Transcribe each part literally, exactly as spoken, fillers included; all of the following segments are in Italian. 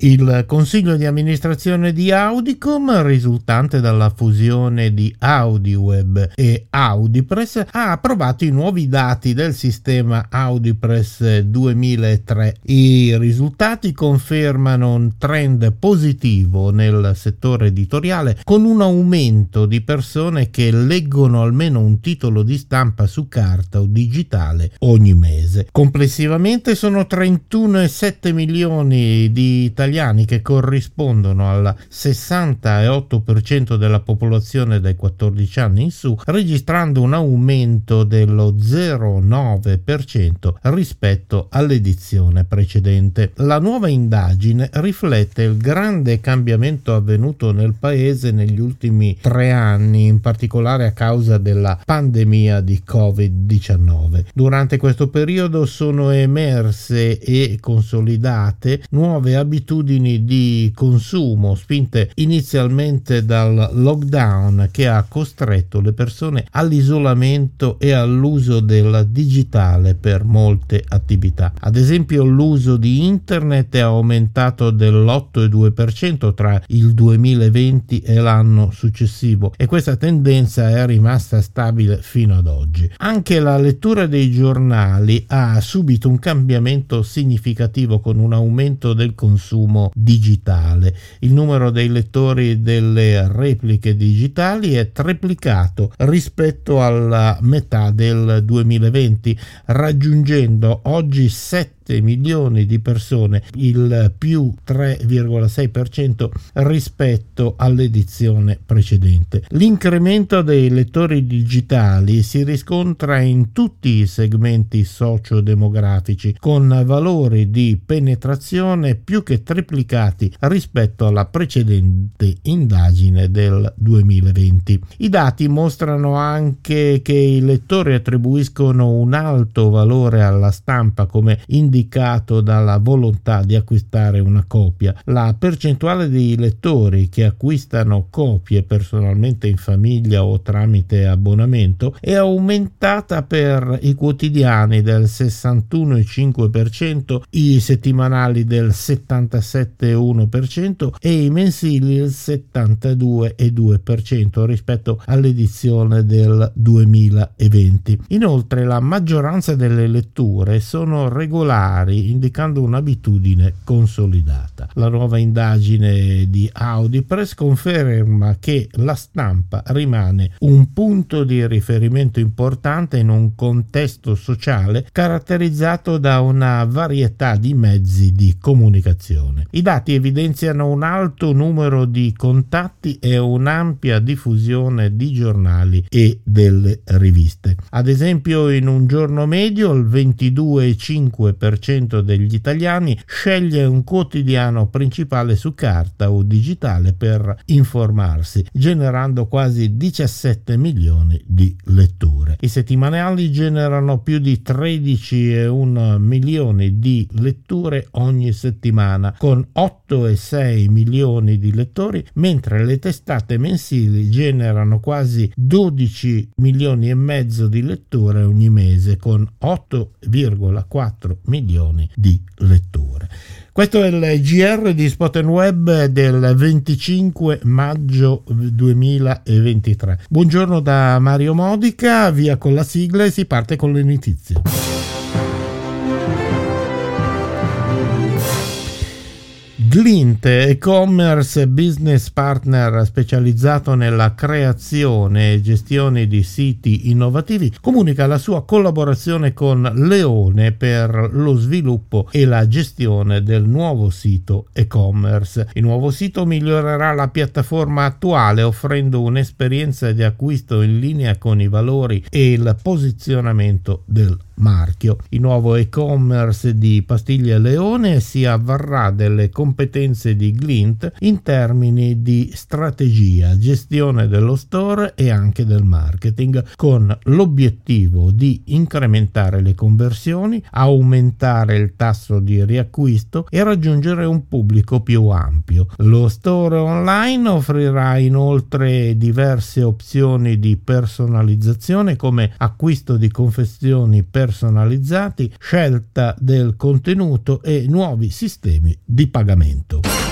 Il consiglio di amministrazione di Audicom, risultante dalla fusione di Audiweb e Audipress, ha approvato i nuovi dati del sistema Audipress duemilatré. I risultati confermano un trend positivo nel settore editoriale, con un aumento di persone che leggono almeno un titolo di stampa su carta o digitale ogni mese. Complessivamente sono trentuno virgola sette milioni di italiani, che corrispondono al sessanta virgola otto per cento della popolazione dai quattordici anni in su, registrando un aumento dello zero virgola nove per cento rispetto all'edizione precedente. La nuova indagine riflette il grande cambiamento avvenuto nel paese negli ultimi tre anni, in particolare a causa della pandemia di covid diciannove. Durante questo periodo sono emerse e consolidate nuove abitudini di consumo, spinte inizialmente dal lockdown, che ha costretto le persone all'isolamento e all'uso del digitale per molte attività. Ad esempio, l'uso di internet è aumentato dell'otto virgola due per cento tra il duemilaventi e l'anno successivo, e questa tendenza è rimasta stabile fino ad oggi. Anche la lettura dei giornali ha subito un cambiamento significativo, con un aumento del consumo digitale. Il numero dei lettori delle repliche digitali è triplicato rispetto alla metà del duemilaventi, raggiungendo oggi sette milioni di persone, il più tre virgola sei per cento rispetto all'edizione precedente. L'incremento dei lettori digitali si riscontra in tutti i segmenti sociodemografici, con valori di penetrazione più che triplicati rispetto alla precedente indagine del duemilaventi. I dati mostrano anche che i lettori attribuiscono un alto valore alla stampa, come indicato indicato dalla volontà di acquistare una copia. La percentuale di lettori che acquistano copie personalmente in famiglia o tramite abbonamento è aumentata per i quotidiani del sessantuno virgola cinque per cento, i settimanali del settantasette virgola uno per cento e i mensili del settantadue virgola due per cento rispetto all'edizione del duemilaventi. Inoltre, la maggioranza delle letture sono regolari, indicando un'abitudine consolidata. La nuova indagine di Audipress conferma che la stampa rimane un punto di riferimento importante in un contesto sociale caratterizzato da una varietà di mezzi di comunicazione. I dati evidenziano un alto numero di contatti e un'ampia diffusione di giornali e delle riviste. Ad esempio, in un giorno medio il ventidue virgola cinque per cento degli italiani sceglie un quotidiano principale su carta o digitale per informarsi, generando quasi diciassette milioni di letture. I settimanali generano più di tredici virgola uno milioni di letture ogni settimana, con otto virgola sei milioni di lettori, mentre le testate mensili generano quasi dodici milioni e mezzo di letture ogni mese, con otto virgola quattro milioni di letture. Questo è il G R di Spoken Web del venticinque maggio duemilaventitré. Buongiorno da Mario Modica, via con la sigla e si parte con le notizie. Glint, e-commerce business partner specializzato nella creazione e gestione di siti innovativi, comunica la sua collaborazione con Leone per lo sviluppo e la gestione del nuovo sito e-commerce. Il nuovo sito migliorerà la piattaforma attuale, offrendo un'esperienza di acquisto in linea con i valori e il posizionamento del marchio. Il nuovo e-commerce di Pastiglie Leone si avvarrà delle competenze di Glint in termini di strategia, gestione dello store e anche del marketing, con l'obiettivo di incrementare le conversioni, aumentare il tasso di riacquisto e raggiungere un pubblico più ampio. Lo store online offrirà inoltre diverse opzioni di personalizzazione, come acquisto di confezioni per personalizzati, scelta del contenuto e nuovi sistemi di pagamento.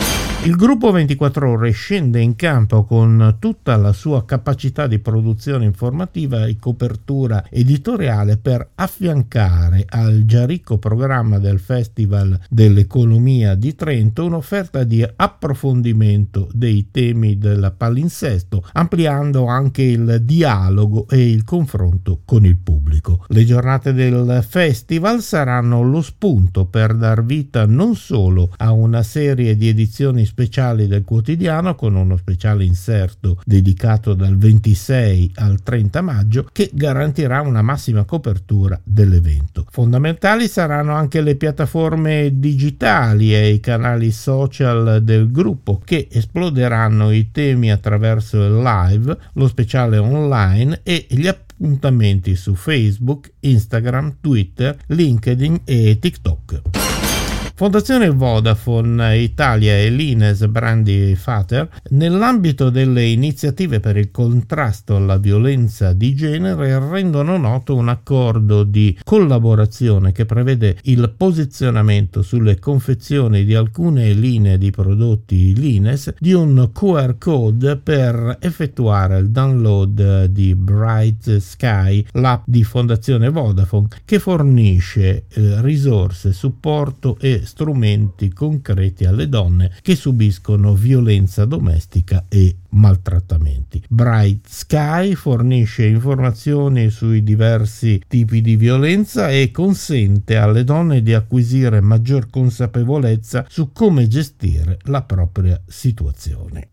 Il gruppo ventiquattro ore scende in campo con tutta la sua capacità di produzione informativa e copertura editoriale per affiancare al già ricco programma del Festival dell'Economia di Trento un'offerta di approfondimento dei temi del palinsesto, ampliando anche il dialogo e il confronto con il pubblico. Le giornate del festival saranno lo spunto per dar vita non solo a una serie di edizioni speciali del quotidiano, con uno speciale inserto dedicato dal ventisei al trenta maggio che garantirà una massima copertura dell'evento. Fondamentali saranno anche le piattaforme digitali e i canali social del gruppo, che esploderanno i temi attraverso il live, lo speciale online e gli appuntamenti su Facebook, Instagram, Twitter, LinkedIn e TikTok. Fondazione Vodafone Italia e l'Ines Brandi Fater, nell'ambito delle iniziative per il contrasto alla violenza di genere, rendono noto un accordo di collaborazione che prevede il posizionamento sulle confezioni di alcune linee di prodotti L'Ines di un Q R code per effettuare il download di Bright Sky, l'app di Fondazione Vodafone, che fornisce eh, risorse, supporto e strumenti concreti alle donne che subiscono violenza domestica e maltrattamenti. Bright Sky fornisce informazioni sui diversi tipi di violenza e consente alle donne di acquisire maggior consapevolezza su come gestire la propria situazione.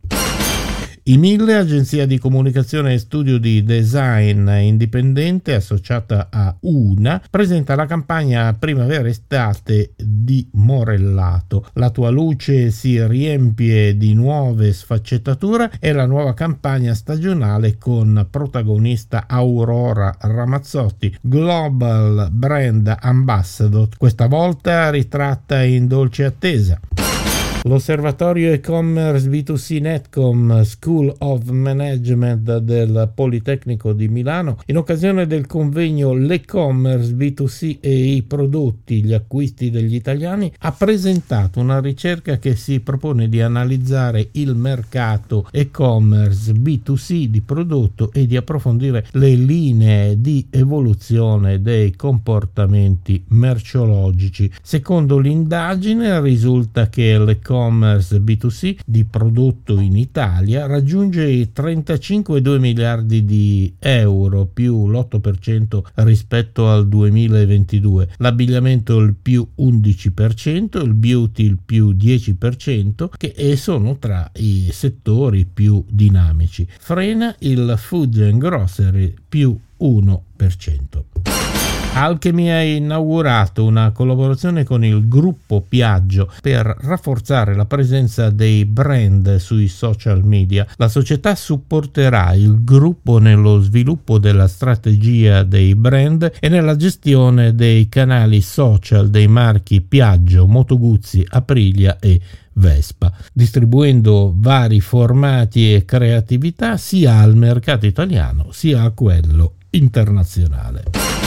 I Mille, agenzia di comunicazione e studio di design indipendente associata a Una, presenta la campagna primavera-estate di Morellato. La tua luce si riempie di nuove sfaccettature è la nuova campagna stagionale con protagonista Aurora Ramazzotti, Global Brand Ambassador, questa volta ritratta in dolce attesa. L'osservatorio e-commerce B due C Netcom School of Management del Politecnico di Milano, in occasione del convegno L'e-commerce B due C e i prodotti, gli acquisti degli italiani, ha presentato una ricerca che si propone di analizzare il mercato e-commerce B due C di prodotto e di approfondire le linee di evoluzione dei comportamenti merceologici. Secondo l'indagine risulta che l'e-commerce e-commerce B due C di prodotto in Italia raggiunge i trentacinque virgola due miliardi di euro, più l'otto per cento rispetto al duemilaventidue, l'abbigliamento il più undici per cento, il beauty il più dieci per cento, che sono tra i settori più dinamici. Frena il food and grocery più uno per cento. Alchemy ha inaugurato una collaborazione con il gruppo Piaggio per rafforzare la presenza dei brand sui social media. La società supporterà il gruppo nello sviluppo della strategia dei brand e nella gestione dei canali social dei marchi Piaggio, Moto Guzzi, Aprilia e Vespa, distribuendo vari formati e creatività sia al mercato italiano sia a quello internazionale.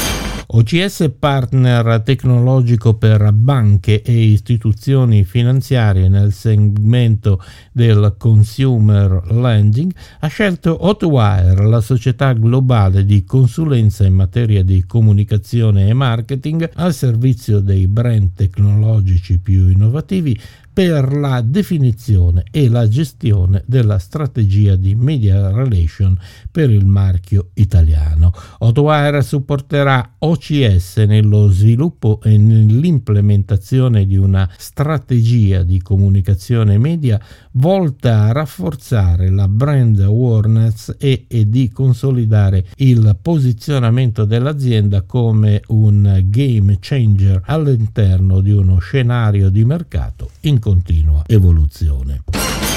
O C S, partner tecnologico per banche e istituzioni finanziarie nel segmento del consumer lending, ha scelto Hotwire, la società globale di consulenza in materia di comunicazione e marketing al servizio dei brand tecnologici più innovativi, per la definizione e la gestione della strategia di media relation per il marchio italiano. Hotwire supporterà O C S nello sviluppo e nell'implementazione di una strategia di comunicazione media volta a rafforzare la brand awareness e, e di consolidare il posizionamento dell'azienda come un game changer all'interno di uno scenario di mercato in continua evoluzione.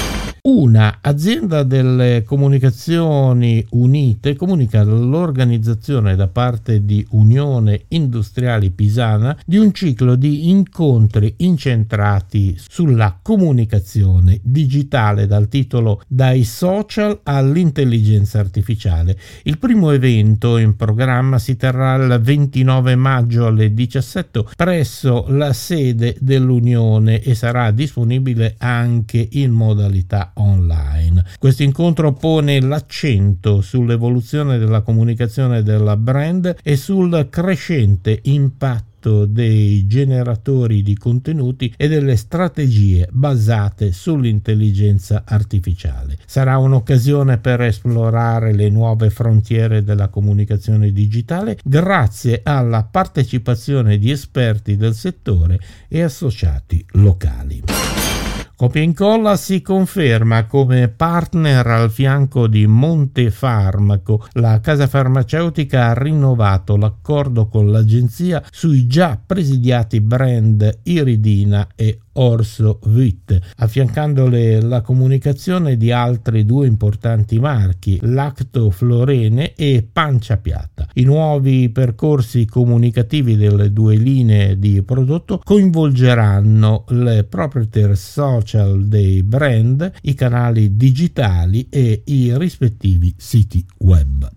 Una azienda delle Comunicazioni Unite comunica l'organizzazione da parte di Unione Industriali Pisana di un ciclo di incontri incentrati sulla comunicazione digitale dal titolo Dai social all'intelligenza artificiale. Il primo evento in programma si terrà il ventinove maggio alle diciassette presso la sede dell'Unione e sarà disponibile anche in modalità online. Questo incontro pone l'accento sull'evoluzione della comunicazione della brand e sul crescente impatto dei generatori di contenuti e delle strategie basate sull'intelligenza artificiale. Sarà un'occasione per esplorare le nuove frontiere della comunicazione digitale grazie alla partecipazione di esperti del settore e associati locali. Copia e Incolla si conferma come partner al fianco di Montefarmaco. La casa farmaceutica ha rinnovato l'accordo con l'agenzia sui già presidiati brand Iridina e Orso Vit, affiancandole la comunicazione di altri due importanti marchi, Lactoflorene e Pancia Piatta. I nuovi percorsi comunicativi delle due linee di prodotto coinvolgeranno le proprietary social dei brand, i canali digitali e i rispettivi siti web.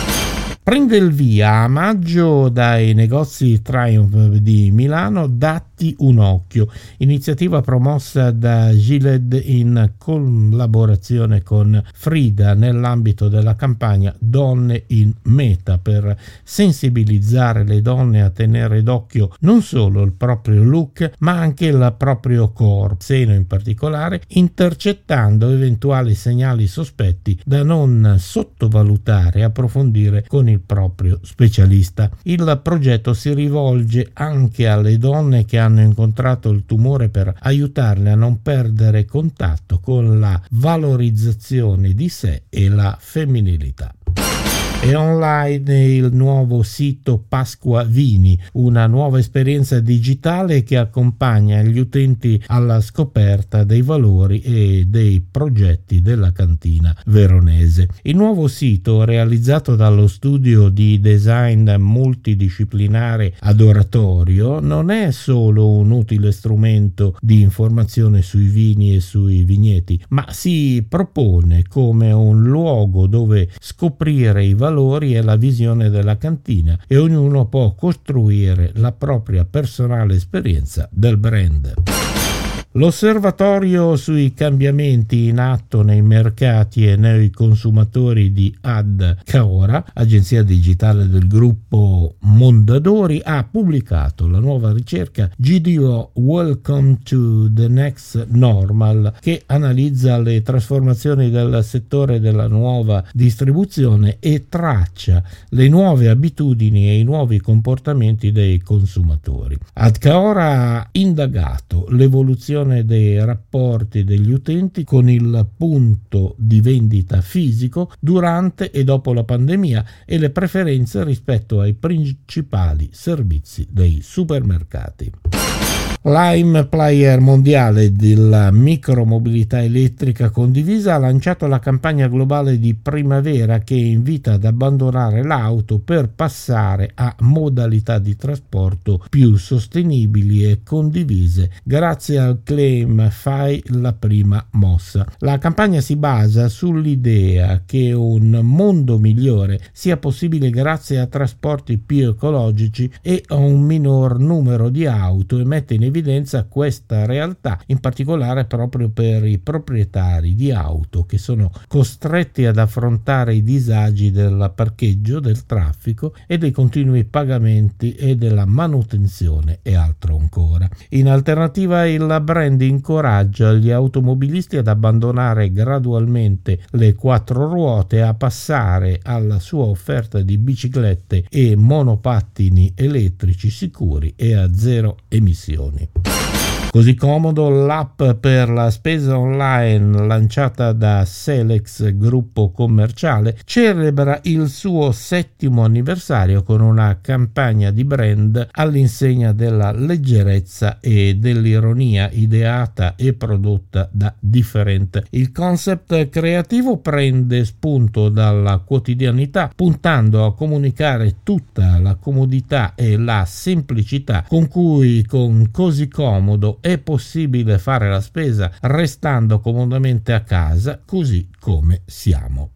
Prende il via a maggio dai negozi Triumph di Milano Datti un occhio, iniziativa promossa da Gilead in collaborazione con Frida nell'ambito della campagna Donne in Meta per sensibilizzare le donne a tenere d'occhio non solo il proprio look ma anche il proprio corpo, seno in particolare, intercettando eventuali segnali sospetti da non sottovalutare e approfondire con il il proprio specialista. Il progetto si rivolge anche alle donne che hanno incontrato il tumore per aiutarle a non perdere contatto con la valorizzazione di sé e la femminilità. È online il nuovo sito Pasqua Vini, una nuova esperienza digitale che accompagna gli utenti alla scoperta dei valori e dei progetti della cantina veronese. Il nuovo sito, realizzato dallo studio di design multidisciplinare Adoratorio, non è solo un utile strumento di informazione sui vini e sui vigneti, ma si propone come un luogo dove scoprire i valori e la visione della cantina e ognuno può costruire la propria personale esperienza del brand. L'osservatorio sui cambiamenti in atto nei mercati e nei consumatori di Adcaora, agenzia digitale del gruppo Mondadori, ha pubblicato la nuova ricerca G D O Welcome to the Next Normal, che analizza le trasformazioni del settore della nuova distribuzione e traccia le nuove abitudini e i nuovi comportamenti dei consumatori. Adcaora ha indagato l'evoluzione dei rapporti degli utenti con il punto di vendita fisico durante e dopo la pandemia e le preferenze rispetto ai principali servizi dei supermercati. Lime, player mondiale della micromobilità elettrica condivisa, ha lanciato la campagna globale di primavera che invita ad abbandonare l'auto per passare a modalità di trasporto più sostenibili e condivise grazie al claim Fai la prima mossa. La campagna si basa sull'idea che un mondo migliore sia possibile grazie a trasporti più ecologici e a un minor numero di auto e mette in evidenza questa realtà, in particolare proprio per i proprietari di auto che sono costretti ad affrontare i disagi del parcheggio, del traffico e dei continui pagamenti e della manutenzione e altro ancora. In alternativa, il brand incoraggia gli automobilisti ad abbandonare gradualmente le quattro ruote e a passare alla sua offerta di biciclette e monopattini elettrici sicuri e a zero emissioni. Così Comodo, l'app per la spesa online lanciata da Selex Gruppo Commerciale, celebra il suo settimo anniversario con una campagna di brand all'insegna della leggerezza e dell'ironia, ideata e prodotta da Different. Il concept creativo prende spunto dalla quotidianità, puntando a comunicare tutta la comodità e la semplicità con cui con Così Comodo è possibile fare la spesa restando comodamente a casa, così come siamo.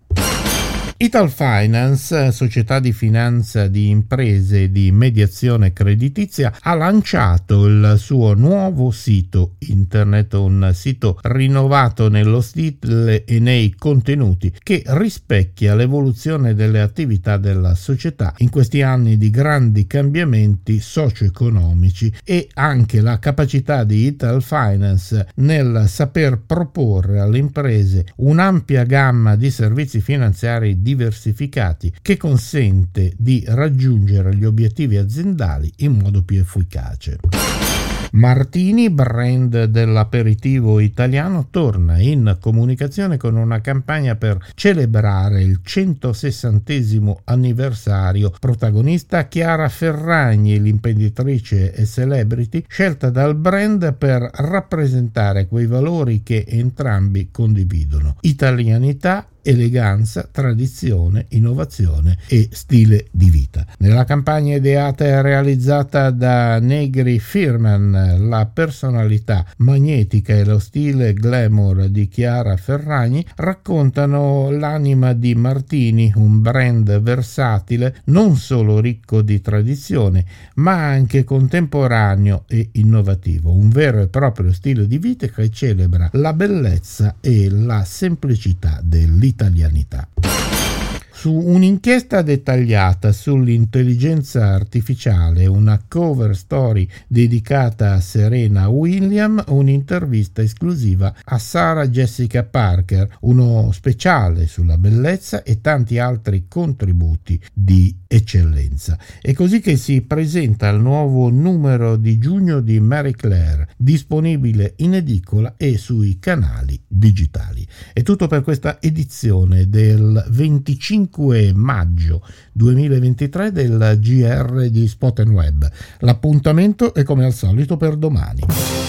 Italfinance, società di finanza di imprese e di mediazione creditizia, ha lanciato il suo nuovo sito internet, un sito rinnovato nello stile e nei contenuti che rispecchia l'evoluzione delle attività della società in questi anni di grandi cambiamenti socio-economici e anche la capacità di Italfinance nel saper proporre alle imprese un'ampia gamma di servizi finanziari diversificati che consente di raggiungere gli obiettivi aziendali in modo più efficace. Martini, brand dell'aperitivo italiano, torna in comunicazione con una campagna per celebrare il centosessantesimo anniversario. Protagonista Chiara Ferragni, l'imprenditrice e celebrity scelta dal brand per rappresentare quei valori che entrambi condividono: italianità, eleganza, tradizione, innovazione e stile di vita. Nella campagna ideata e realizzata da Negri Firman, la personalità magnetica e lo stile glamour di Chiara Ferragni raccontano l'anima di Martini, un brand versatile, non solo ricco di tradizione, ma anche contemporaneo e innovativo, un vero e proprio stile di vita che celebra la bellezza e la semplicità dell'italianità. Su un'inchiesta dettagliata sull'intelligenza artificiale, una cover story dedicata a Serena Williams, un'intervista esclusiva a Sarah Jessica Parker, uno speciale sulla bellezza e tanti altri contributi di eccellenza. È così che si presenta il nuovo numero di giugno di Marie Claire, disponibile in edicola e sui canali digitali. È tutto per questa edizione del venticinque maggio duemilaventitré del G R di Spot and Web. L'appuntamento è come al solito per domani.